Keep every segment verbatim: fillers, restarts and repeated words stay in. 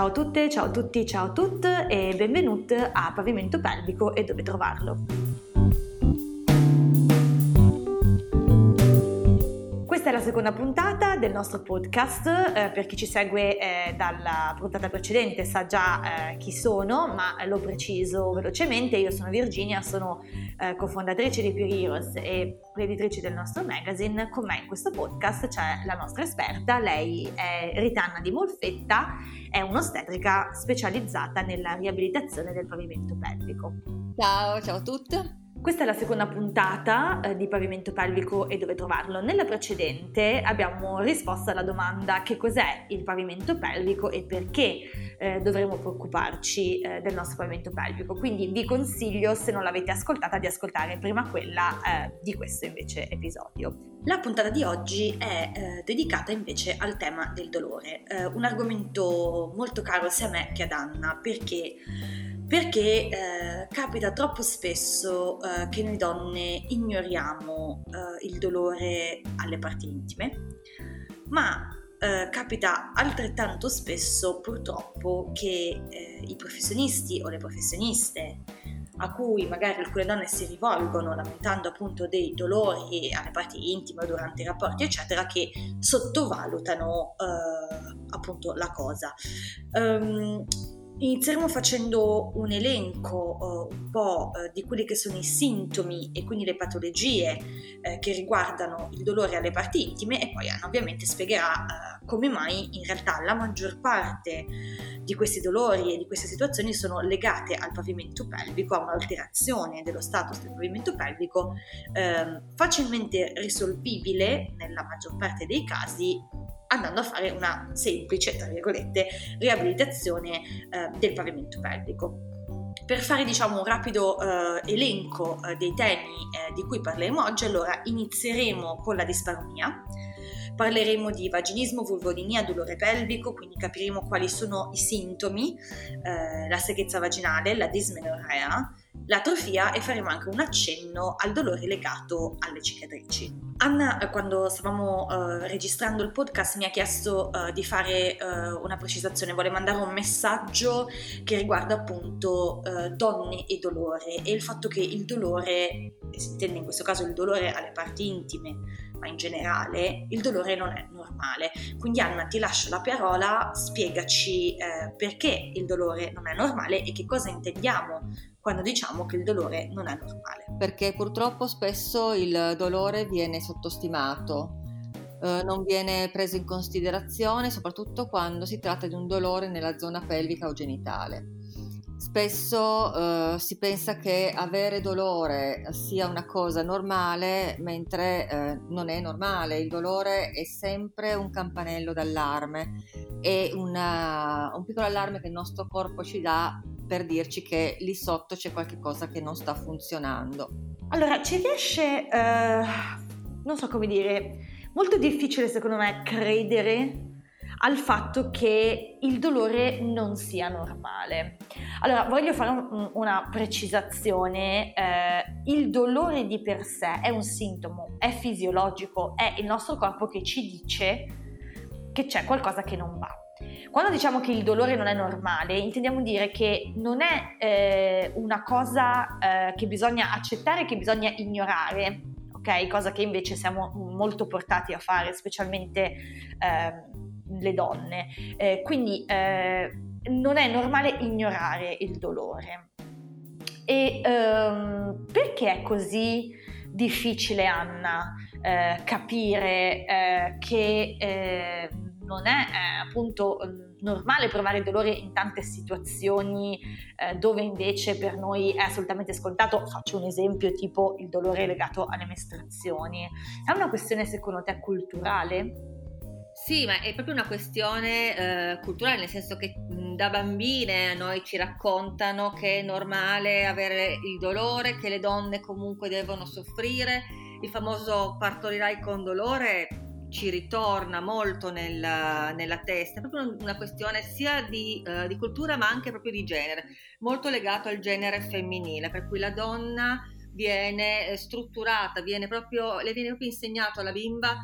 Ciao a tutte, ciao a tutti, ciao a tutte e benvenuti a Pavimento Pelvico e dove trovarlo. Questa è la seconda puntata del nostro podcast, eh, per chi ci segue eh, dalla puntata precedente sa già eh, chi sono, ma lo preciso velocemente. Io sono Virginia, sono eh, cofondatrice di Pure Heroes e editrice del nostro magazine. Con me in questo podcast c'è la nostra esperta, lei è Ritanna Di Molfetta, è un'ostetrica specializzata nella riabilitazione del pavimento pelvico. Ciao, ciao a tutti. Questa è la seconda puntata eh, di Pavimento Pelvico e dove trovarlo. Nella precedente abbiamo risposto alla domanda: che cos'è il pavimento pelvico e perché eh, dovremmo preoccuparci eh, del nostro pavimento pelvico. Quindi vi consiglio, se non l'avete ascoltata, di ascoltare prima quella eh, di questo invece episodio. La puntata di oggi è eh, dedicata invece al tema del dolore, eh, un argomento molto caro sia a me che ad Anna, perché perché eh, capita troppo spesso eh, che noi donne ignoriamo eh, il dolore alle parti intime, ma eh, capita altrettanto spesso purtroppo che eh, i professionisti o le professioniste a cui magari alcune donne si rivolgono lamentando appunto dei dolori alle parti intime durante i rapporti eccetera, che sottovalutano eh, appunto la cosa. Um, Inizieremo facendo un elenco uh, un po' uh, di quelli che sono i sintomi e quindi le patologie uh, che riguardano il dolore alle parti intime, e poi Anna ovviamente spiegherà uh, come mai in realtà la maggior parte di questi dolori e di queste situazioni sono legate al pavimento pelvico, a un'alterazione dello status del pavimento pelvico uh, facilmente risolvibile nella maggior parte dei casi, andando a fare una semplice, tra virgolette, riabilitazione eh, del pavimento pelvico. Per fare diciamo un rapido eh, elenco eh, dei temi eh, di cui parleremo oggi, allora inizieremo con la disparonia. Parleremo di vaginismo, vulvodinia, dolore pelvico, quindi capiremo quali sono i sintomi, eh, la secchezza vaginale, la dismenorrea, l'atrofia, e faremo anche un accenno al dolore legato alle cicatrici. Anna, quando stavamo uh, registrando il podcast, mi ha chiesto uh, di fare uh, una precisazione, vuole mandare un messaggio che riguarda appunto uh, donne e dolore e il fatto che il dolore, e si intende in questo caso il dolore alle parti intime, ma in generale il dolore non è normale. Quindi Anna, ti lascio la parola, spiegaci eh, perché il dolore non è normale e che cosa intendiamo quando diciamo che il dolore non è normale. Perché purtroppo spesso il dolore viene sottostimato, eh, non viene preso in considerazione, soprattutto quando si tratta di un dolore nella zona pelvica o genitale. Spesso eh, si pensa che avere dolore sia una cosa normale, mentre eh, non è normale. Il dolore è sempre un campanello d'allarme, è una, un piccolo allarme che il nostro corpo ci dà per dirci che lì sotto c'è qualche cosa che non sta funzionando. Allora, ci riesce, eh, non so come dire, molto difficile secondo me credere al fatto che il dolore non sia normale. Allora, voglio fare un, una precisazione. Eh, il dolore di per sé è un sintomo, è fisiologico, è il nostro corpo che ci dice che c'è qualcosa che non va. Quando diciamo che il dolore non è normale, intendiamo dire che non è eh, una cosa eh, che bisogna accettare, che bisogna ignorare, ok? Cosa che invece siamo molto portati a fare, specialmente eh, le donne. Eh, quindi eh, non è normale ignorare il dolore. E ehm, perché è così difficile, Anna, eh, capire eh, che eh, non è eh, appunto normale provare dolore in tante situazioni eh, dove invece per noi è assolutamente scontato? Faccio un esempio tipo il dolore legato alle mestruazioni. È una questione secondo te culturale? Sì, ma è proprio una questione eh, culturale, nel senso che mh, da bambine a noi ci raccontano che è normale avere il dolore, che le donne comunque devono soffrire. Il famoso partorirai con dolore ci ritorna molto nella, nella testa, è proprio una questione sia di, uh, di cultura ma anche proprio di genere, molto legato al genere femminile, per cui la donna viene strutturata, viene proprio, le viene proprio insegnato alla bimba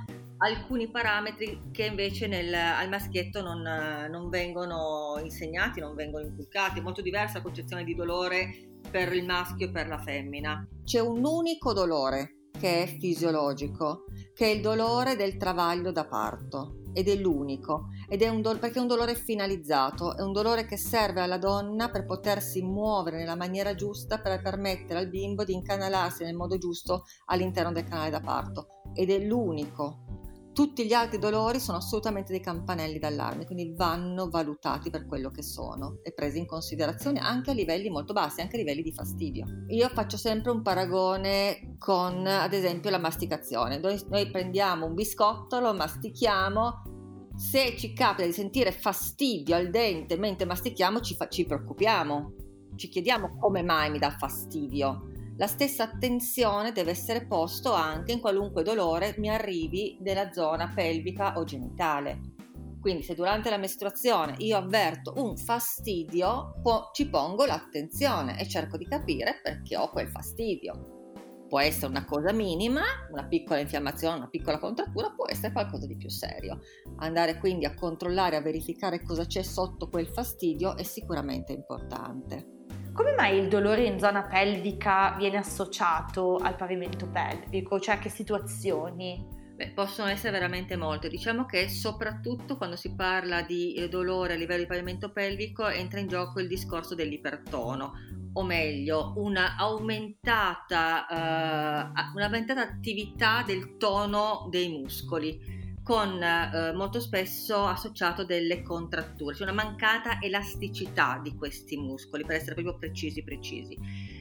alcuni parametri che invece nel, al maschietto non, non vengono insegnati, non vengono inculcati. È molto diversa la concezione di dolore per il maschio e per la femmina. C'è un unico dolore che è fisiologico, che è il dolore del travaglio da parto, ed è l'unico, ed è un do- perché è un dolore finalizzato, è un dolore che serve alla donna per potersi muovere nella maniera giusta, per permettere al bimbo di incanalarsi nel modo giusto all'interno del canale da parto, ed è l'unico. Tutti gli altri dolori sono assolutamente dei campanelli d'allarme, quindi vanno valutati per quello che sono e presi in considerazione anche a livelli molto bassi, anche a livelli di fastidio. Io faccio sempre un paragone con, ad esempio, la masticazione. Noi, noi prendiamo un biscotto, lo mastichiamo, se ci capita di sentire fastidio al dente mentre mastichiamo ci, fa, ci preoccupiamo, ci chiediamo come mai mi dà fastidio. La stessa attenzione deve essere posto anche in qualunque dolore mi arrivi nella zona pelvica o genitale. Quindi se durante la mestruazione io avverto un fastidio, po- ci pongo l'attenzione e cerco di capire perché ho quel fastidio. Può essere una cosa minima, una piccola infiammazione, una piccola contrattura, può essere qualcosa di più serio. Andare quindi a controllare, a verificare cosa c'è sotto quel fastidio è sicuramente importante. Come mai il dolore in zona pelvica viene associato al pavimento pelvico? Cioè, che situazioni? Beh, possono essere veramente molte. Diciamo che soprattutto quando si parla di dolore a livello di pavimento pelvico entra in gioco il discorso dell'ipertono, o meglio una aumentata, uh, un'aumentata attività del tono dei muscoli, con eh, molto spesso associato delle contratture, cioè una mancata elasticità di questi muscoli, per essere proprio precisi precisi.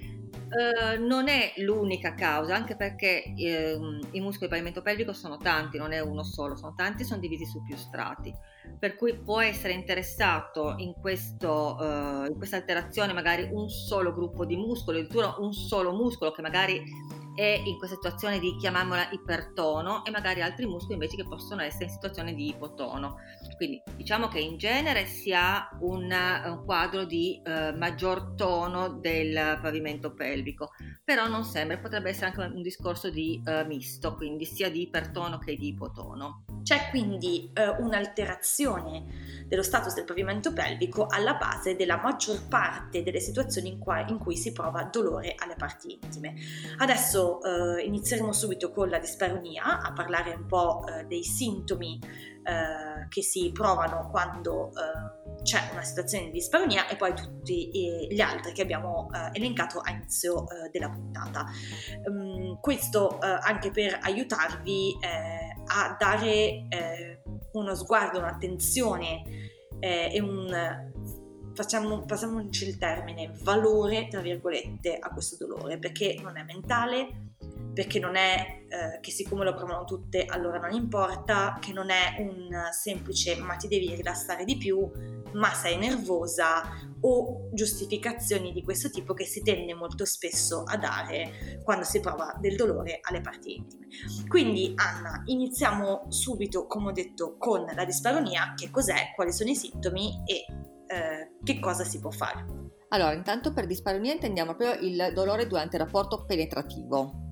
Eh, non è l'unica causa, anche perché eh, i muscoli del pavimento pelvico sono tanti, non è uno solo, sono tanti, sono divisi su più strati, per cui può essere interessato in, questo, eh, in questa alterazione magari un solo gruppo di muscoli, addirittura un solo muscolo che magari è in questa situazione di, chiamiamola, ipertono, e magari altri muscoli invece che possono essere in situazione di ipotono. Quindi diciamo che in genere si ha un, un quadro di eh, maggior tono del pavimento pelvico, però non sempre, potrebbe essere anche un discorso di eh, misto, quindi sia di ipertono che di ipotono. C'è quindi eh, un'alterazione dello status del pavimento pelvico alla base della maggior parte delle situazioni in, qua, in cui si prova dolore alle parti intime. Adesso eh, inizieremo subito con la disparonia, a parlare un po' eh, dei sintomi eh, che si provano quando eh, c'è una situazione di disparonia, e poi tutti gli altri che abbiamo eh, elencato a inizio eh, della puntata. Um, questo eh, anche per aiutarvi eh, a dare eh, uno sguardo, un'attenzione eh, e un, facciamo, passiamoci il termine, valore, tra virgolette, a questo dolore, perché non è mentale, perché non è eh, che siccome lo provano tutte allora non importa, che non è un semplice ma ti devi rilassare di più, ma sei nervosa, o giustificazioni di questo tipo che si tende molto spesso a dare quando si prova del dolore alle parti intime. Quindi Anna, iniziamo subito, come ho detto, con la disparonia. Che cos'è, quali sono i sintomi e eh, che cosa si può fare? Allora, intanto per disparonia intendiamo proprio il dolore durante il rapporto penetrativo.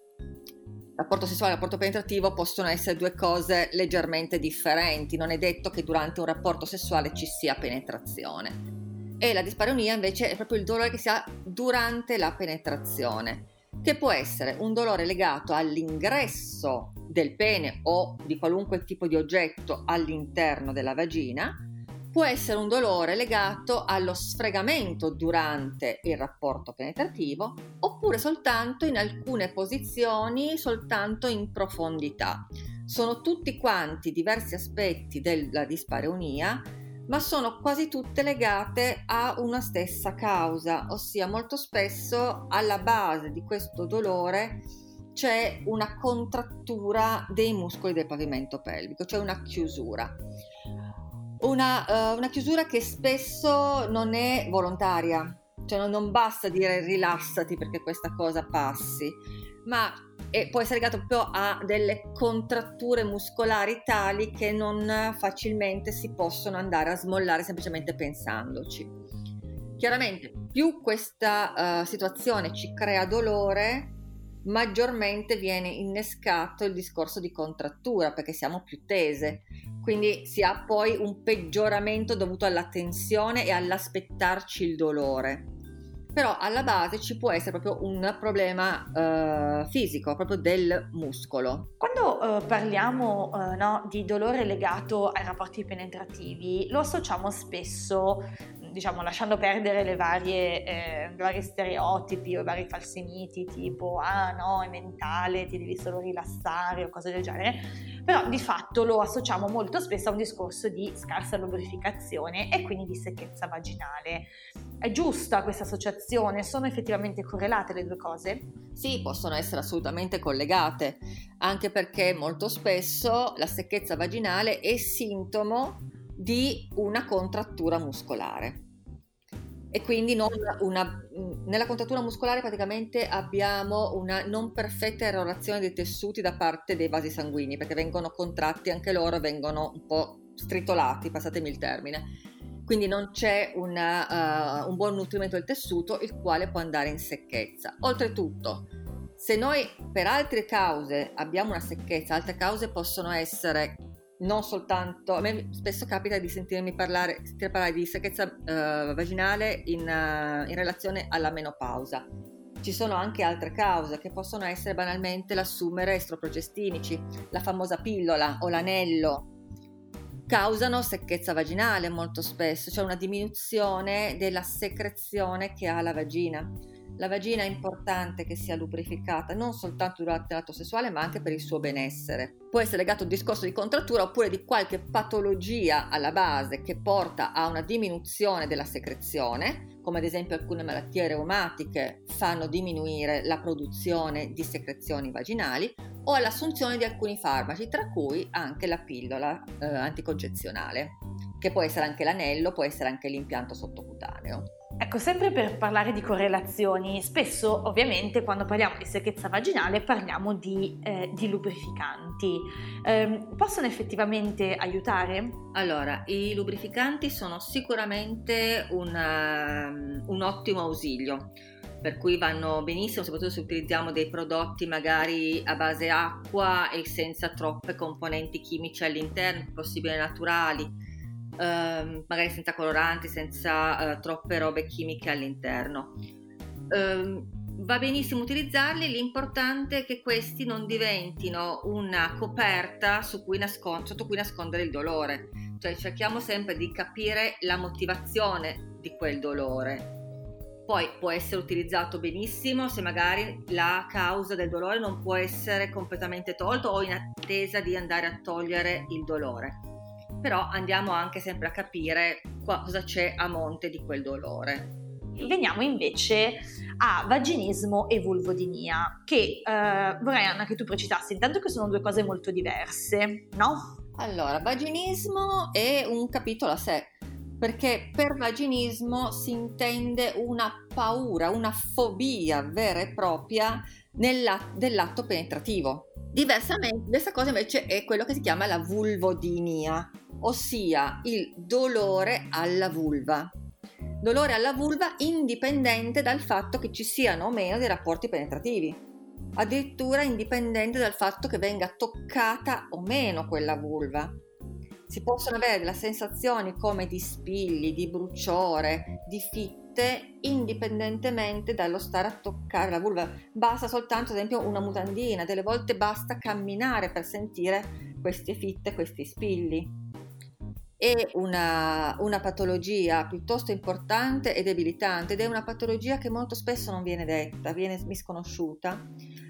Rapporto sessuale e rapporto penetrativo possono essere due cose leggermente differenti, non è detto che durante un rapporto sessuale ci sia penetrazione. E la disparonia invece è proprio il dolore che si ha durante la penetrazione, che può essere un dolore legato all'ingresso del pene o di qualunque tipo di oggetto all'interno della vagina, può essere un dolore legato allo sfregamento durante il rapporto penetrativo, oppure soltanto in alcune posizioni, soltanto in profondità. Sono tutti quanti diversi aspetti della dispareunia, ma sono quasi tutte legate a una stessa causa, ossia molto spesso alla base di questo dolore c'è una contrattura dei muscoli del pavimento pelvico, cioè una chiusura. Una, uh, una chiusura che spesso non è volontaria, cioè non, non basta dire rilassati perché questa cosa passi, ma è, può essere legato proprio a delle contratture muscolari tali che non facilmente si possono andare a smollare semplicemente pensandoci. Chiaramente più questa uh, situazione ci crea dolore, maggiormente viene innescato il discorso di contrattura, perché siamo più tese, quindi si ha poi un peggioramento dovuto alla tensione e all'aspettarci il dolore. Però alla base ci può essere proprio un problema eh, fisico, proprio del muscolo. Quando eh, parliamo eh, no, di dolore legato ai rapporti penetrativi, lo associamo spesso, diciamo, lasciando perdere le varie, eh, i vari stereotipi o i vari falsi miti, tipo ah no, è mentale, ti devi solo rilassare o cose del genere, però di fatto lo associamo molto spesso a un discorso di scarsa lubrificazione e quindi di secchezza vaginale. È giusta questa associazione? Sono effettivamente correlate le due cose? Sì, possono essere assolutamente collegate, anche perché molto spesso la secchezza vaginale è sintomo di una contrattura muscolare. E quindi non una, nella contrattura muscolare praticamente abbiamo una non perfetta erorazione dei tessuti da parte dei vasi sanguigni, perché vengono contratti anche loro, vengono un po' stritolati, passatemi il termine. Quindi non c'è una, uh, un buon nutrimento del tessuto, il quale può andare in secchezza. Oltretutto, se noi per altre cause abbiamo una secchezza, altre cause possono essere non soltanto, a me spesso capita di sentirmi parlare, sentire parlare di secchezza uh, vaginale in, uh, in relazione alla menopausa. Ci sono anche altre cause che possono essere banalmente l'assumere estroprogestinici, la famosa pillola o l'anello. Causano secchezza vaginale molto spesso, cioè una diminuzione della secrezione che ha la vagina. La vagina è importante che sia lubrificata non soltanto durante l'atto sessuale ma anche per il suo benessere. Può essere legato a un discorso di contrattura oppure di qualche patologia alla base che porta a una diminuzione della secrezione, come ad esempio alcune malattie reumatiche fanno diminuire la produzione di secrezioni vaginali, o all'assunzione di alcuni farmaci, tra cui anche la pillola eh, anticoncezionale, che può essere anche l'anello, può essere anche l'impianto sottocutaneo. Ecco, sempre per parlare di correlazioni, spesso ovviamente quando parliamo di secchezza vaginale parliamo di, eh, di lubrificanti. Eh, possono effettivamente aiutare? Allora, i lubrificanti sono sicuramente una, un ottimo ausilio, per cui vanno benissimo, soprattutto se utilizziamo dei prodotti magari a base acqua e senza troppe componenti chimici all'interno, possibile naturali. Uh, magari senza coloranti, senza uh, troppe robe chimiche all'interno. Uh, va benissimo utilizzarli, l'importante è che questi non diventino una coperta su cui nascond- sotto cui nascondere il dolore, cioè cerchiamo sempre di capire la motivazione di quel dolore. Poi può essere utilizzato benissimo se magari la causa del dolore non può essere completamente tolto o in attesa di andare a togliere il dolore. Però andiamo anche sempre a capire cosa c'è a monte di quel dolore. Veniamo invece a vaginismo e vulvodinia, che eh, vorrei, Anna, che tu precisassi, intanto che sono due cose molto diverse, no? Allora, vaginismo è un capitolo a sé, perché per vaginismo si intende una paura, una fobia vera e propria nella, dell'atto penetrativo. Diversamente, questa cosa invece è quello che si chiama la vulvodinia, ossia il dolore alla vulva. Dolore alla vulva indipendente dal fatto che ci siano o meno dei rapporti penetrativi, addirittura indipendente dal fatto che venga toccata o meno quella vulva. Si possono avere delle sensazioni come di spilli, di bruciore, di fitte, indipendentemente dallo stare a toccare la vulva. Basta soltanto, ad esempio, una mutandina, delle volte basta camminare per sentire queste fitte, questi spilli. È una, una patologia piuttosto importante e debilitante ed è una patologia che molto spesso non viene detta, viene misconosciuta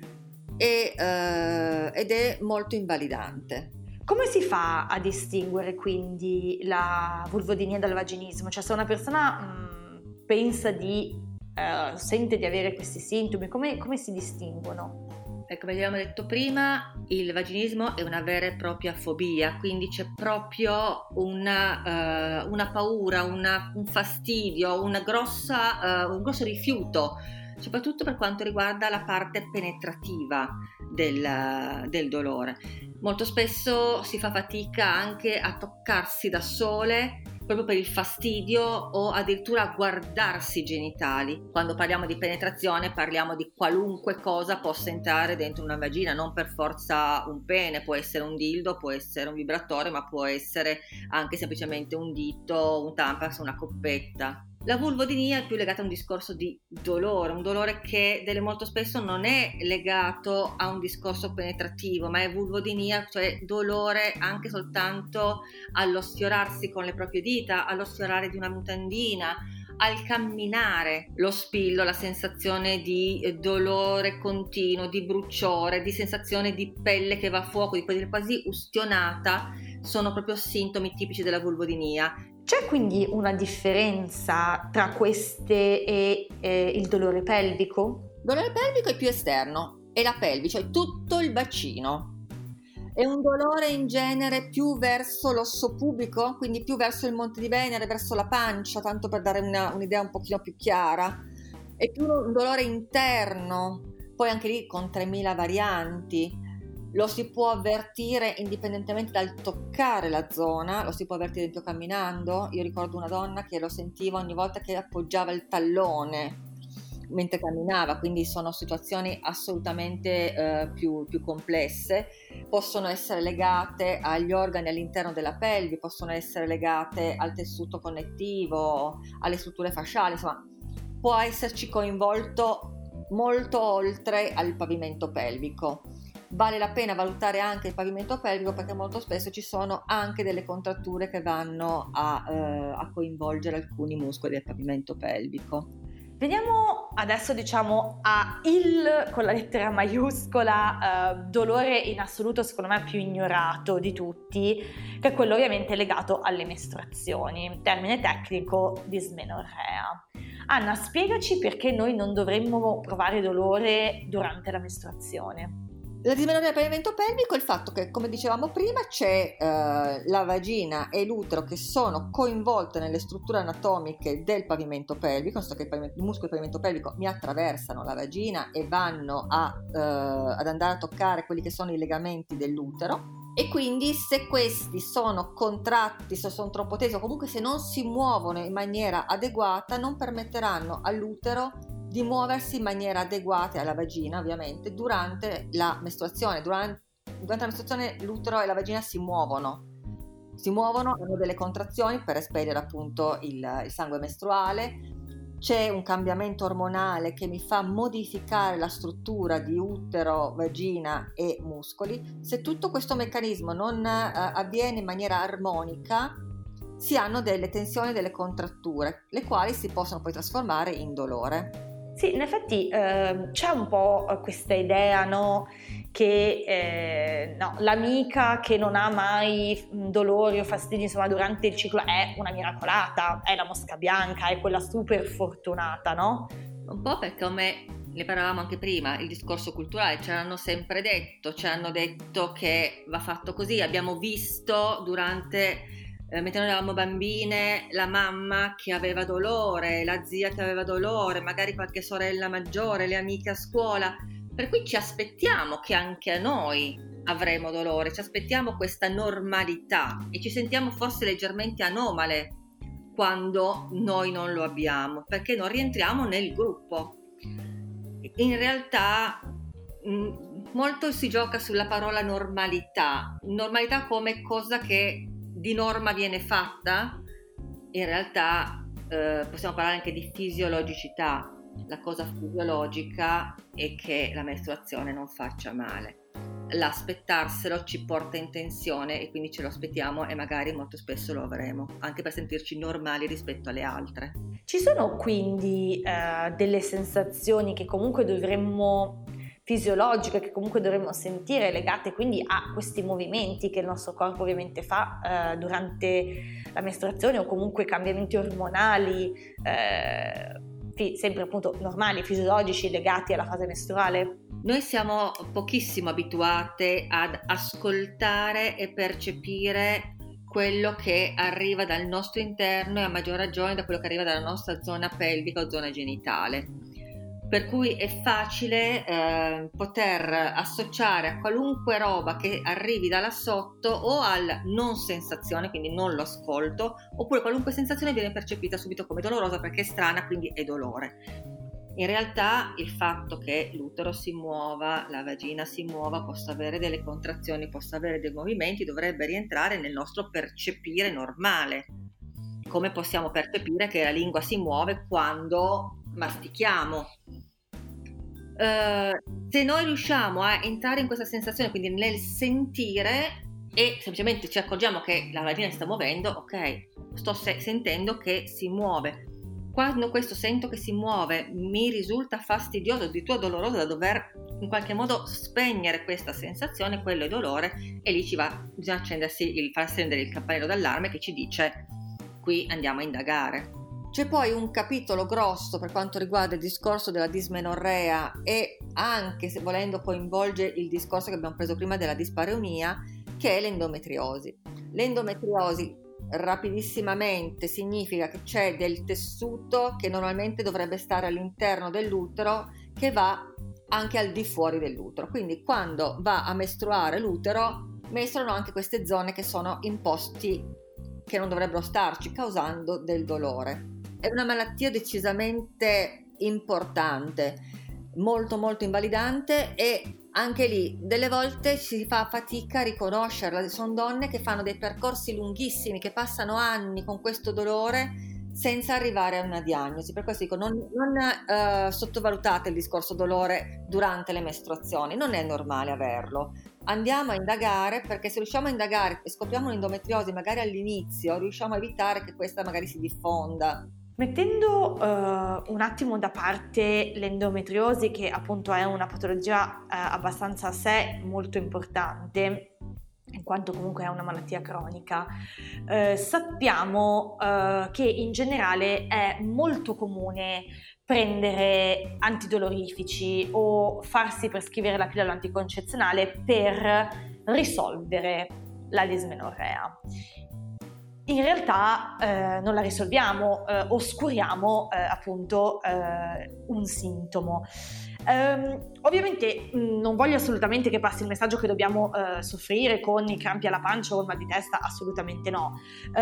e, eh, ed è molto invalidante. Come si fa a distinguere quindi la vulvodinia dal vaginismo? Cioè se una persona mh, pensa di, uh, sente di avere questi sintomi, come, come si distinguono? Ecco, come abbiamo detto prima, il vaginismo è una vera e propria fobia, quindi c'è proprio una, uh, una paura, una, un fastidio, una grossa, uh, un grosso rifiuto, soprattutto per quanto riguarda la parte penetrativa del, del dolore. Molto spesso si fa fatica anche a toccarsi da sole proprio per il fastidio o addirittura guardarsi i genitali. Quando parliamo di penetrazione parliamo di qualunque cosa possa entrare dentro una vagina, non per forza un pene, può essere un dildo, può essere un vibratore, ma può essere anche semplicemente un dito, un tampax, una coppetta. La vulvodinia è più legata a un discorso di dolore, un dolore che delle molto spesso non è legato a un discorso penetrativo, ma è vulvodinia, cioè dolore anche soltanto allo sfiorarsi con le proprie dita, allo sfiorare di una mutandina, al camminare, lo spillo, la sensazione di dolore continuo, di bruciore, di sensazione di pelle che va a fuoco, di quasi, quasi ustionata, sono proprio sintomi tipici della vulvodinia. C'è quindi una differenza tra queste e eh, il dolore pelvico? Il dolore pelvico è più esterno, è la pelvi, cioè tutto il bacino. È un dolore in genere più verso l'osso pubico, quindi più verso il monte di Venere, verso la pancia, tanto per dare una, un'idea un pochino più chiara. È più un dolore interno, poi anche lì con tremila varianti. Lo si può avvertire indipendentemente dal toccare la zona, lo si può avvertire più camminando. Io ricordo una donna che lo sentiva ogni volta che appoggiava il tallone mentre camminava, quindi sono situazioni assolutamente eh, più, più complesse. Possono essere legate agli organi all'interno della pelvi, possono essere legate al tessuto connettivo, alle strutture fasciali, insomma può esserci coinvolto molto oltre al pavimento pelvico. Vale la pena valutare anche il pavimento pelvico perché molto spesso ci sono anche delle contratture che vanno a, eh, a coinvolgere alcuni muscoli del pavimento pelvico. Veniamo adesso diciamo a il con la lettera maiuscola eh, dolore in assoluto secondo me più ignorato di tutti, che è quello ovviamente legato alle mestruazioni, termine tecnico dismenorrea. Anna, spiegaci perché noi non dovremmo provare dolore durante la mestruazione. La dismenorrea del pavimento pelvico è il fatto che, come dicevamo prima, c'è eh, la vagina e l'utero che sono coinvolte nelle strutture anatomiche del pavimento pelvico, nel senso che il, pavimento, i muscoli del pavimento pelvico mi attraversano la vagina e vanno a, eh, ad andare a toccare quelli che sono i legamenti dell'utero. E quindi se questi sono contratti, se sono troppo tesi o comunque se non si muovono in maniera adeguata, non permetteranno all'utero di muoversi in maniera adeguata alla vagina, ovviamente, durante la mestruazione. Durante, durante la mestruazione l'utero e la vagina si muovono, si muovono, hanno delle contrazioni per espellere appunto il, il sangue mestruale. C'è un cambiamento ormonale che mi fa modificare la struttura di utero, vagina e muscoli. Se tutto questo meccanismo non eh, avviene in maniera armonica, si hanno delle tensioni, delle contratture, le quali si possono poi trasformare in dolore. Sì, in effetti eh, c'è un po' questa idea, no, che eh, no, l'amica che non ha mai dolori o fastidi insomma durante il ciclo è una miracolata, è la mosca bianca, è quella super fortunata, no? Un po' perché, come ne parlavamo anche prima, il discorso culturale ce l'hanno sempre detto, ci hanno detto che va fatto così. Abbiamo visto durante Eh, mentre noi eravamo bambine, la mamma che aveva dolore, la zia che aveva dolore, magari qualche sorella maggiore, le amiche a scuola, per cui ci aspettiamo che anche a noi avremo dolore, ci aspettiamo questa normalità e ci sentiamo forse leggermente anomale quando noi non lo abbiamo, perché non rientriamo nel gruppo. In realtà mh, molto si gioca sulla parola normalità, normalità come cosa che di norma viene fatta. In realtà eh, possiamo parlare anche di fisiologicità. La cosa fisiologica è che la mestruazione non faccia male. L'aspettarselo ci porta in tensione e quindi ce lo aspettiamo e magari molto spesso lo avremo, anche per sentirci normali rispetto alle altre. Ci sono quindi eh, delle sensazioni che comunque dovremmo fisiologiche che comunque dovremmo sentire, legate quindi a questi movimenti che il nostro corpo ovviamente fa eh, durante la mestruazione, o comunque cambiamenti ormonali eh, fi- sempre appunto normali, fisiologici, legati alla fase mestruale? Noi siamo pochissimo abituate ad ascoltare e percepire quello che arriva dal nostro interno e a maggior ragione da quello che arriva dalla nostra zona pelvica o zona genitale. per cui è facile eh, poter associare a qualunque roba che arrivi da là sotto o al non sensazione, quindi non lo ascolto, oppure qualunque sensazione viene percepita subito come dolorosa perché è strana, quindi è dolore. In realtà il fatto che l'utero si muova, la vagina si muova, possa avere delle contrazioni, possa avere dei movimenti, dovrebbe rientrare nel nostro percepire normale. Come possiamo percepire che la lingua si muove quando mastichiamo. Uh, se noi riusciamo a entrare in questa sensazione, quindi nel sentire, e semplicemente ci accorgiamo che la vagina si sta muovendo, ok, sto se- sentendo che si muove. Quando questo sento che si muove mi risulta fastidioso, addirittura doloroso, da dover in qualche modo spegnere questa sensazione, quello è dolore, e lì ci va, bisogna accendersi il, far accendere il campanello d'allarme che ci dice: qui andiamo a indagare. C'è poi un capitolo grosso per quanto riguarda il discorso della dismenorrea e anche, se volendo, coinvolge il discorso che abbiamo preso prima della dispareunia, che è l'endometriosi. L'endometriosi, rapidissimamente, significa che c'è del tessuto che normalmente dovrebbe stare all'interno dell'utero che va anche al di fuori dell'utero. Quindi quando va a mestruare l'utero, mestruano anche queste zone che sono in posti che non dovrebbero starci, causando del dolore. È una malattia decisamente importante, molto molto invalidante, e anche lì delle volte si fa fatica a riconoscerla. Sono donne che fanno dei percorsi lunghissimi, che passano anni con questo dolore senza arrivare a una diagnosi. Per questo dico, non, non eh, sottovalutate il discorso dolore durante le mestruazioni, non è normale averlo. Andiamo a indagare, perché se riusciamo a indagare e scopriamo un'endometriosi magari all'inizio, riusciamo a evitare che questa magari si diffonda. Mettendo uh, un attimo da parte l'endometriosi, che appunto è una patologia uh, abbastanza a sé molto importante, in quanto comunque è una malattia cronica, uh, sappiamo uh, che in generale è molto comune prendere antidolorifici o farsi prescrivere la pillola anticoncezionale per risolvere la dismenorrea. In realtà eh, non la risolviamo, eh, oscuriamo eh, appunto eh, un sintomo. Um, ovviamente mh, non voglio assolutamente che passi il messaggio che dobbiamo uh, soffrire con i crampi alla pancia o il mal di testa, assolutamente no.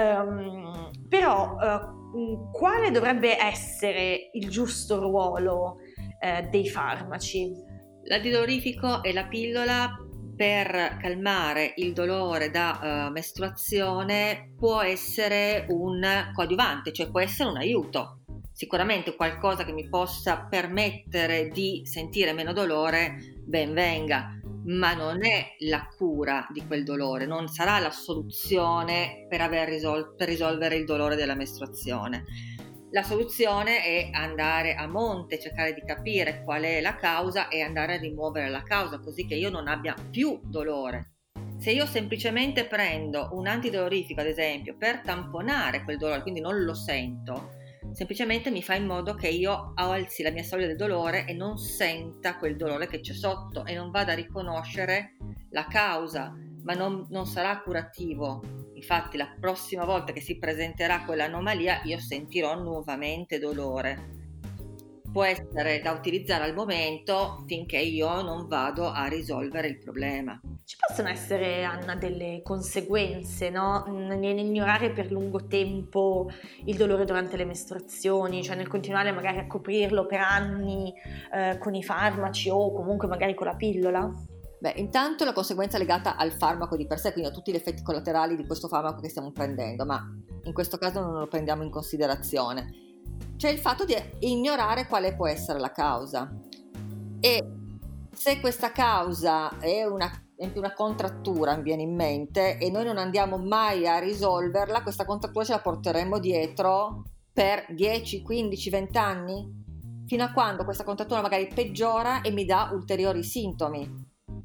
Um, però uh, quale dovrebbe essere il giusto ruolo uh, dei farmaci? L'antidolorifico e la pillola per calmare il dolore da uh, mestruazione può essere un coadiuvante, cioè può essere un aiuto. Sicuramente qualcosa che mi possa permettere di sentire meno dolore, ben venga, ma non è la cura di quel dolore, non sarà la soluzione per, aver risol- per risolvere il dolore della mestruazione. La soluzione è andare a monte, cercare di capire qual è la causa e andare a rimuovere la causa, così che io non abbia più dolore. Se io semplicemente prendo un antidolorifico, ad esempio, per tamponare quel dolore, quindi non lo sento, semplicemente mi fa in modo che io alzi la mia soglia del dolore e non senta quel dolore che c'è sotto e non vada a riconoscere la causa, ma non, non sarà curativo. Infatti la prossima volta che si presenterà quell'anomalia io sentirò nuovamente dolore. Può essere da utilizzare al momento finché io non vado a risolvere il problema. Ci possono essere, Anna, delle conseguenze, no? Nell'ignorare per lungo tempo il dolore durante le mestruazioni, cioè nel continuare magari a coprirlo per anni eh, con i farmaci o comunque magari con la pillola? Beh, intanto la conseguenza è legata al farmaco di per sé, quindi a tutti gli effetti collaterali di questo farmaco che stiamo prendendo, ma in questo caso non lo prendiamo in considerazione. C'è il fatto di ignorare quale può essere la causa, e se questa causa è una, una contrattura, mi viene in mente, e noi non andiamo mai a risolverla, questa contrattura ce la porteremo dietro per dieci, quindici, venti anni, fino a quando questa contrattura magari peggiora e mi dà ulteriori sintomi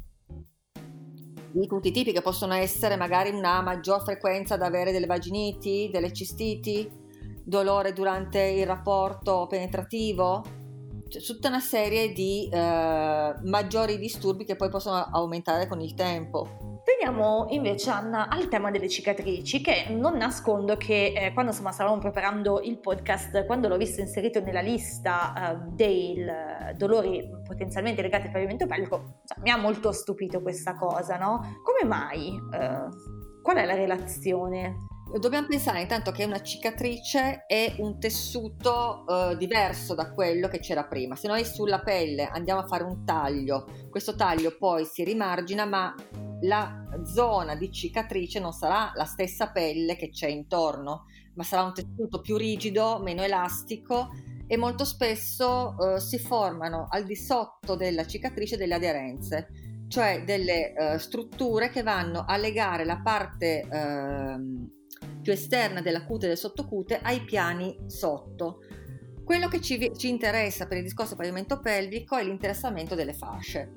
di tutti i tipi, che possono essere magari una maggior frequenza ad avere delle vaginiti, delle cistiti, dolore durante il rapporto penetrativo, tutta una serie di eh, maggiori disturbi che poi possono aumentare con il tempo. Veniamo invece, Anna, al tema delle cicatrici, che non nascondo che eh, quando insomma stavamo preparando il podcast, quando l'ho visto inserito nella lista eh, dei dolori potenzialmente legati al pavimento pelvico, cioè, mi ha molto stupito questa cosa, no? Come mai? Eh, qual è la relazione? Dobbiamo pensare intanto che una cicatrice è un tessuto uh, diverso da quello che c'era prima. Se noi sulla pelle andiamo a fare un taglio, questo taglio poi si rimargina, ma la zona di cicatrice non sarà la stessa pelle che c'è intorno, ma sarà un tessuto più rigido, meno elastico, e molto spesso uh, si formano al di sotto della cicatrice delle aderenze, cioè delle uh, strutture che vanno a legare la parte uh, più esterna della cute e del sottocute ai piani sotto. Quello che ci, ci interessa per il discorso pavimento pelvico è l'interessamento delle fasce.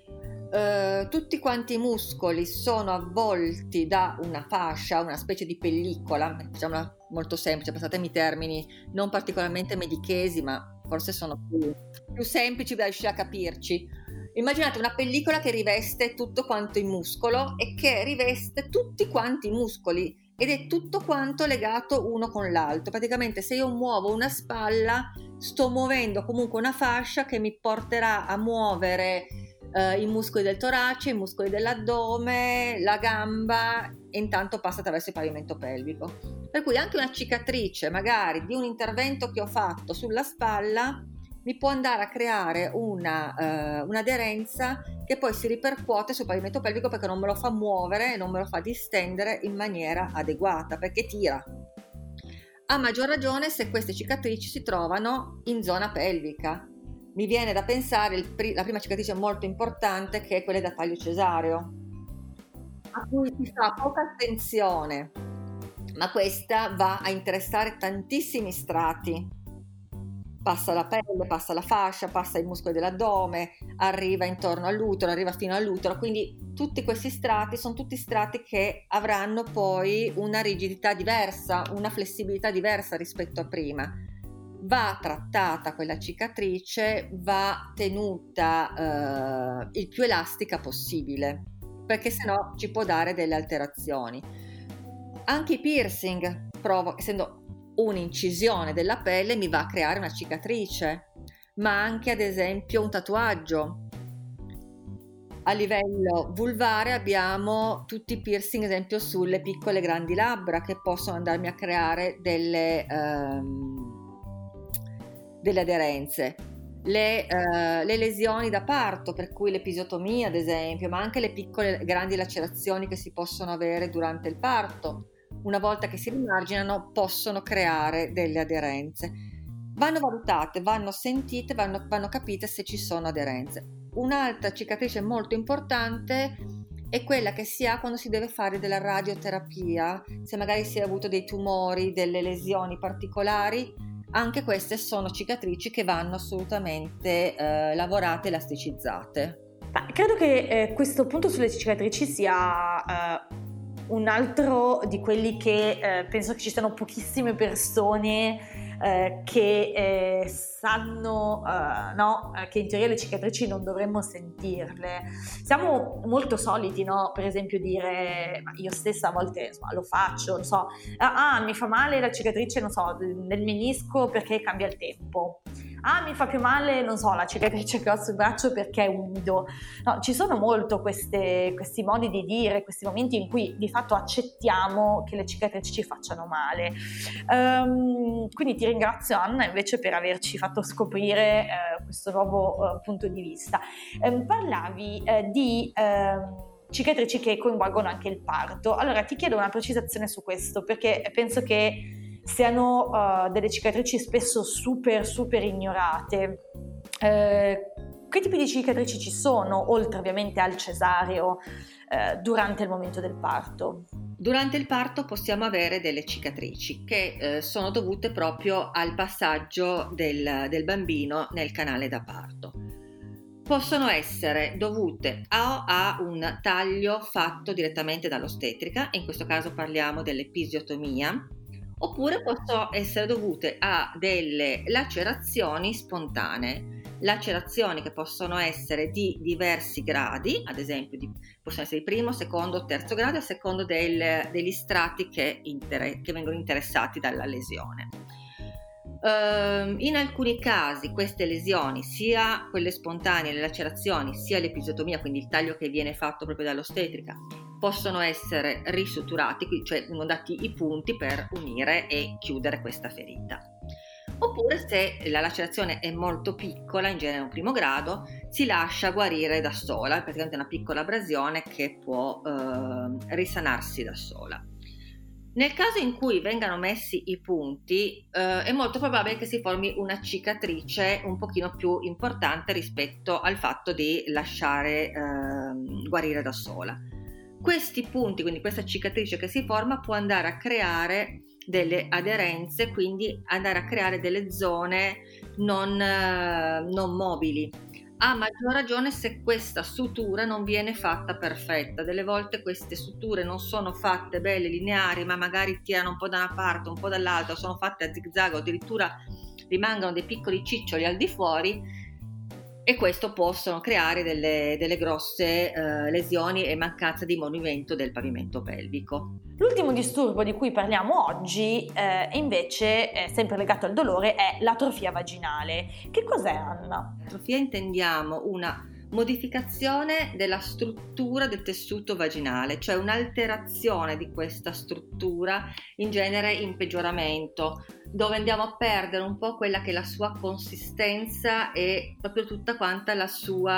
Uh, tutti quanti i muscoli sono avvolti da una fascia, una specie di pellicola, diciamola molto semplice, passatemi i termini non particolarmente medichesi, ma forse sono più, più semplici da riuscire a capirci. Immaginate una pellicola che riveste tutto quanto il muscolo e che riveste tutti quanti i muscoli, ed è tutto quanto legato uno con l'altro. Praticamente se io muovo una spalla sto muovendo comunque una fascia che mi porterà a muovere eh, i muscoli del torace, i muscoli dell'addome, la gamba, e intanto passa attraverso il pavimento pelvico. Per cui anche una cicatrice magari di un intervento che ho fatto sulla spalla mi può andare a creare una, uh, un'aderenza che poi si ripercuote sul pavimento pelvico, perché non me lo fa muovere e non me lo fa distendere in maniera adeguata, perché tira. A maggior ragione se queste cicatrici si trovano in zona pelvica. Mi viene da pensare il pri- la prima cicatrice molto importante, che è quella da taglio cesareo, a cui si fa poca attenzione, ma questa va a interessare tantissimi strati. Passa la pelle, passa la fascia, passa i muscoli dell'addome, arriva intorno all'utero, arriva fino all'utero, quindi tutti questi strati sono tutti strati che avranno poi una rigidità diversa, una flessibilità diversa rispetto a prima. Va trattata quella cicatrice, va tenuta eh, il più elastica possibile, perché sennò ci può dare delle alterazioni. Anche i piercing, provo, essendo un'incisione della pelle, mi va a creare una cicatrice, ma anche ad esempio un tatuaggio. A livello vulvare abbiamo tutti i piercing, ad esempio sulle piccole e grandi labbra, che possono andarmi a creare delle, um, delle aderenze. Le, uh, le lesioni da parto, per cui l'episiotomia ad esempio, ma anche le piccole e grandi lacerazioni che si possono avere durante il parto, una volta che si rimarginano, possono creare delle aderenze. Vanno valutate, vanno sentite, vanno, vanno capite se ci sono aderenze. Un'altra cicatrice molto importante è quella che si ha quando si deve fare della radioterapia, se magari si è avuto dei tumori, delle lesioni particolari. Anche queste sono cicatrici che vanno assolutamente eh, lavorate e elasticizzate. Ma credo che eh, questo punto sulle cicatrici sia eh, un altro di quelli che eh, penso che ci siano pochissime persone eh, che eh, sanno eh, no, che in teoria le cicatrici non dovremmo sentirle. Siamo molto soliti, no? Per esempio dire, ma io stessa a volte insomma, lo faccio, non so, ah mi fa male la cicatrice, non so, nel menisco perché cambia il tempo. Ah, mi fa più male, non so, la cicatrice che ho sul braccio perché è umido. No, ci sono molto queste, questi modi di dire, questi momenti in cui di fatto accettiamo che le cicatrici ci facciano male. Um, quindi ti ringrazio, Anna, invece, per averci fatto scoprire uh, questo nuovo uh, punto di vista. Um, parlavi uh, di... Uh, cicatrici che coinvolgono anche il parto. Allora ti chiedo una precisazione su questo, perché penso che siano uh, delle cicatrici spesso super super ignorate. Eh, che tipi di cicatrici ci sono, oltre ovviamente al cesareo, eh, durante il momento del parto? Durante il parto possiamo avere delle cicatrici che eh, sono dovute proprio al passaggio del, del bambino nel canale da parto. Possono essere dovute a, a un taglio fatto direttamente dall'ostetrica, in questo caso parliamo dell'episiotomia, oppure possono essere dovute a delle lacerazioni spontanee. lacerazioni che possono essere di diversi gradi, ad esempio di, possono essere di primo, secondo, terzo grado a secondo del, degli strati che, inter- che vengono interessati dalla lesione. Uh, in alcuni casi queste lesioni, sia quelle spontanee, le lacerazioni, sia l'episiotomia, quindi il taglio che viene fatto proprio dall'ostetrica, possono essere risuturati, cioè vengono dati i punti per unire e chiudere questa ferita. Oppure, se la lacerazione è molto piccola, in genere un primo grado, si lascia guarire da sola, è praticamente una piccola abrasione che può uh, risanarsi da sola. Nel caso in cui vengano messi i punti, eh, è molto probabile che si formi una cicatrice un pochino più importante rispetto al fatto di lasciare eh, guarire da sola. Questi punti, quindi questa cicatrice che si forma, può andare a creare delle aderenze, quindi andare a creare delle zone non, eh, non mobili. A maggior ragione se questa sutura non viene fatta perfetta. Delle volte queste suture non sono fatte belle, lineari, ma magari tirano un po' da una parte, un po' dall'altra, sono fatte a zigzag o addirittura rimangono dei piccoli ciccioli al di fuori, e questo possono creare delle, delle grosse eh, lesioni e mancanza di movimento del pavimento pelvico. L'ultimo disturbo di cui parliamo oggi eh, invece, è sempre legato al dolore, è l'atrofia vaginale. Che cos'è, Anna? L'atrofia intendiamo una modificazione della struttura del tessuto vaginale, cioè un'alterazione di questa struttura, in genere in peggioramento, dove andiamo a perdere un po' quella che è la sua consistenza e proprio tutta quanta la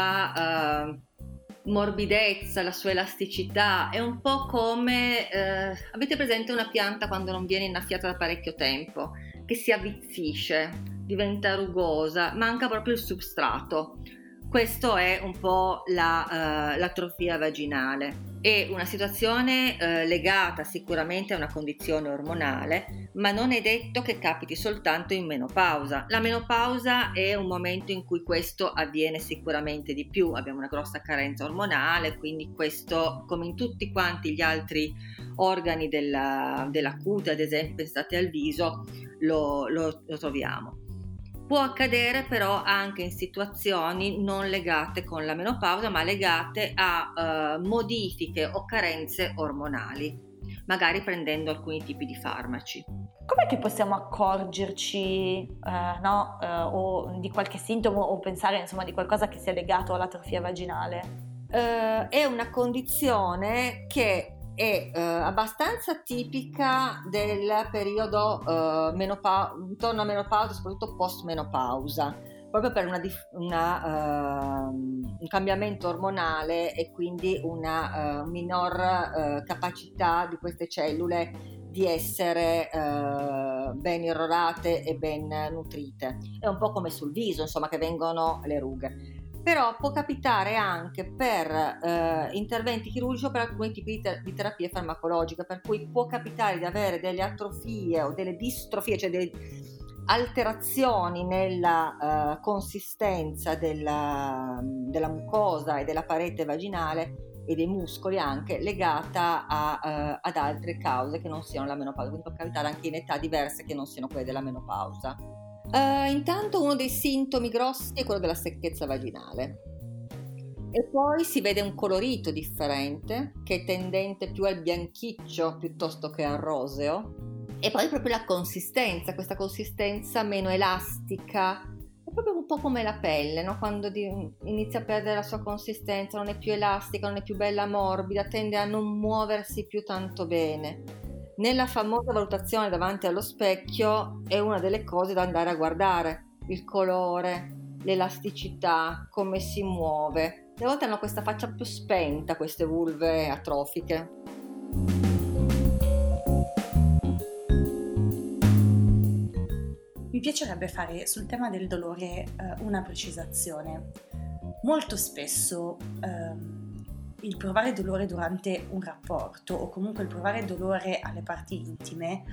sua uh, morbidezza, la sua elasticità. È un po' come uh, avete presente una pianta quando non viene innaffiata da parecchio tempo, che si avvizzisce, diventa rugosa, manca proprio il substrato. Questo è un po' la, uh, l'atrofia vaginale. È una situazione uh, legata sicuramente a una condizione ormonale, ma non è detto che capiti soltanto in menopausa. La menopausa è un momento in cui questo avviene sicuramente di più. Abbiamo una grossa carenza ormonale, quindi questo, come in tutti quanti gli altri organi della, della cute, ad esempio pensate al viso, lo, lo, lo troviamo. Può accadere però anche in situazioni non legate con la menopausa, ma legate a uh, modifiche o carenze ormonali, magari prendendo alcuni tipi di farmaci. Com'è che possiamo accorgerci uh, no, uh, o di qualche sintomo o pensare insomma di qualcosa che sia legato all'atrofia vaginale? Uh, è una condizione che è uh, abbastanza tipica del periodo uh, menopausa, intorno a menopausa, soprattutto post-menopausa, proprio per una, dif- una, uh, un cambiamento ormonale e quindi una uh, minor uh, capacità di queste cellule di essere uh, ben irrorate e ben nutrite. È un po' come sul viso, insomma, che vengono le rughe. Però può capitare anche per eh, interventi chirurgici o per alcuni tipi di, ter- di terapie farmacologiche, per cui può capitare di avere delle atrofie o delle distrofie, cioè delle alterazioni nella uh, consistenza della, della mucosa e della parete vaginale e dei muscoli, anche legata a, uh, ad altre cause che non siano la menopausa, quindi può capitare anche in età diverse che non siano quelle della menopausa. Uh, intanto uno dei sintomi grossi è quello della secchezza vaginale e poi si vede un colorito differente che è tendente più al bianchiccio piuttosto che al roseo, e poi proprio la consistenza, questa consistenza meno elastica, è proprio un po' come la pelle, no? Quando di, inizia a perdere la sua consistenza, non è più elastica, non è più bella morbida, tende a non muoversi più tanto bene. Nella famosa valutazione davanti allo specchio è una delle cose da andare a guardare: il colore, l'elasticità, come si muove. Le volte hanno questa faccia più spenta, queste vulve atrofiche. Mi piacerebbe fare sul tema del dolore eh, una precisazione. Molto spesso ehm, il provare dolore durante un rapporto o comunque il provare dolore alle parti intime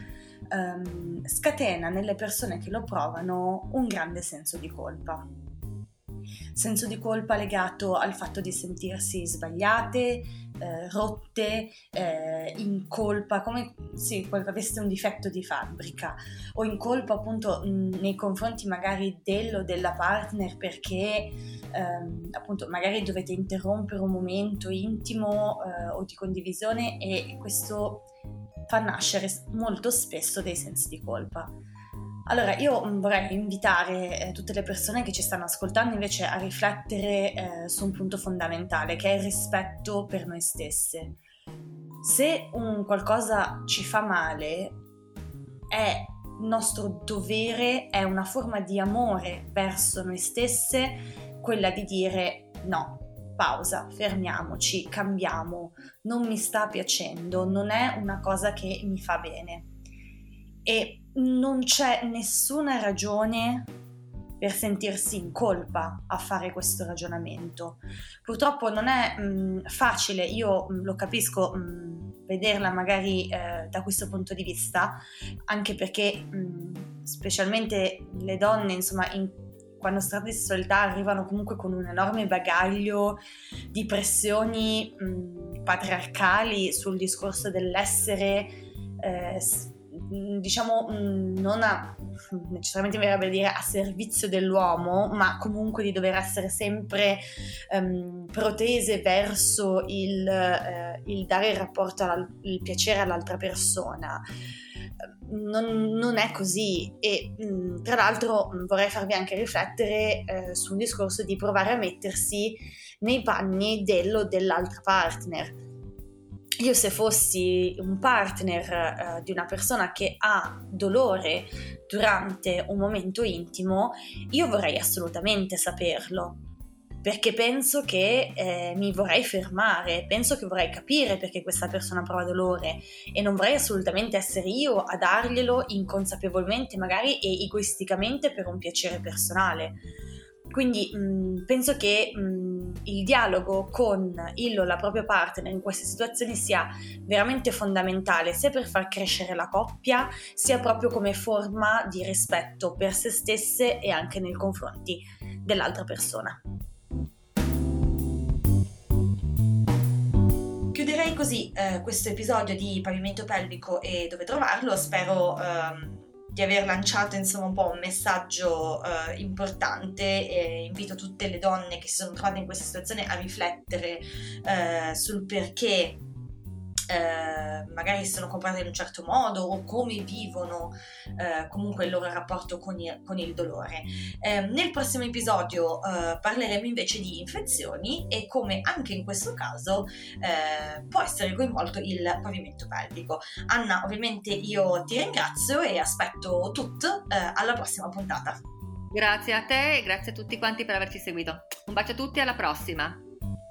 ehm, scatena nelle persone che lo provano un grande senso di colpa. senso di colpa legato al fatto di sentirsi sbagliate, eh, rotte, eh, in colpa, come se sì, aveste un difetto di fabbrica, o in colpa appunto mh, nei confronti magari del o della partner perché ehm, appunto magari dovete interrompere un momento intimo eh, o di condivisione, e questo fa nascere molto spesso dei sensi di colpa. Allora io vorrei invitare eh, tutte le persone che ci stanno ascoltando invece a riflettere eh, su un punto fondamentale, che è il rispetto per noi stesse. Se un qualcosa ci fa male, è nostro dovere, è una forma di amore verso noi stesse, quella di dire no, pausa, fermiamoci, cambiamo, non mi sta piacendo, non è una cosa che mi fa bene. E non c'è nessuna ragione per sentirsi in colpa a fare questo ragionamento. Purtroppo non è mh, facile, io mh, lo capisco, mh, vederla magari eh, da questo punto di vista, anche perché mh, specialmente le donne, insomma, in, quando si tratta di sessualità arrivano comunque con un enorme bagaglio di pressioni mh, patriarcali sul discorso dell'essere eh, diciamo non a, necessariamente mi verrebbe dire a servizio dell'uomo, ma comunque di dover essere sempre um, protese verso il, uh, il dare il rapporto, alla, il piacere all'altra persona. Non, non è così, e mh, tra l'altro mh, vorrei farvi anche riflettere eh, su un discorso di provare a mettersi nei panni dello dell'altra partner. Io se fossi un partner eh, di una persona che ha dolore durante un momento intimo, io vorrei assolutamente saperlo, perché penso che eh, mi vorrei fermare, penso che vorrei capire perché questa persona prova dolore, e non vorrei assolutamente essere io a darglielo inconsapevolmente, magari e egoisticamente per un piacere personale. Quindi mh, penso che mh, il dialogo con il o la propria partner in queste situazioni sia veramente fondamentale, sia per far crescere la coppia, sia proprio come forma di rispetto per se stesse e anche nei confronti dell'altra persona. Chiuderei così eh, questo episodio di Pavimento Pelvico e dove trovarlo. Spero ehm, di aver lanciato insomma un po' un messaggio eh, importante, e invito tutte le donne che si sono trovate in questa situazione a riflettere eh, sul perché eh, magari si sono comportate in un certo modo o come vivono eh, comunque il loro rapporto con il, con il dolore. Eh, nel prossimo episodio eh, parleremo invece di infezioni e come anche in questo caso eh, può essere coinvolto il pavimento pelvico. Anna, ovviamente io ti ringrazio e aspetto tutto eh, alla prossima puntata. Grazie a te e grazie a tutti quanti per averci seguito. Un bacio a tutti e alla prossima.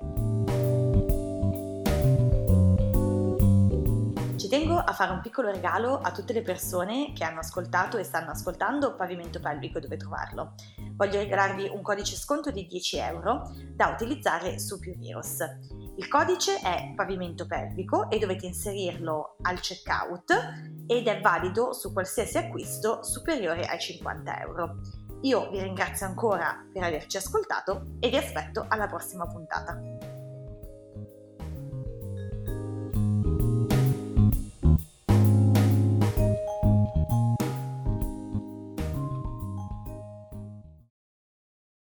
Ci tengo a fare un piccolo regalo a tutte le persone che hanno ascoltato e stanno ascoltando Pavimento Pelvico e dove trovarlo. Voglio regalarvi un codice sconto di dieci euro da utilizzare su PureVirus. Il codice è Pavimento Pelvico e dovete inserirlo al checkout ed è valido su qualsiasi acquisto superiore ai cinquanta euro. Io vi ringrazio ancora per averci ascoltato e vi aspetto alla prossima puntata.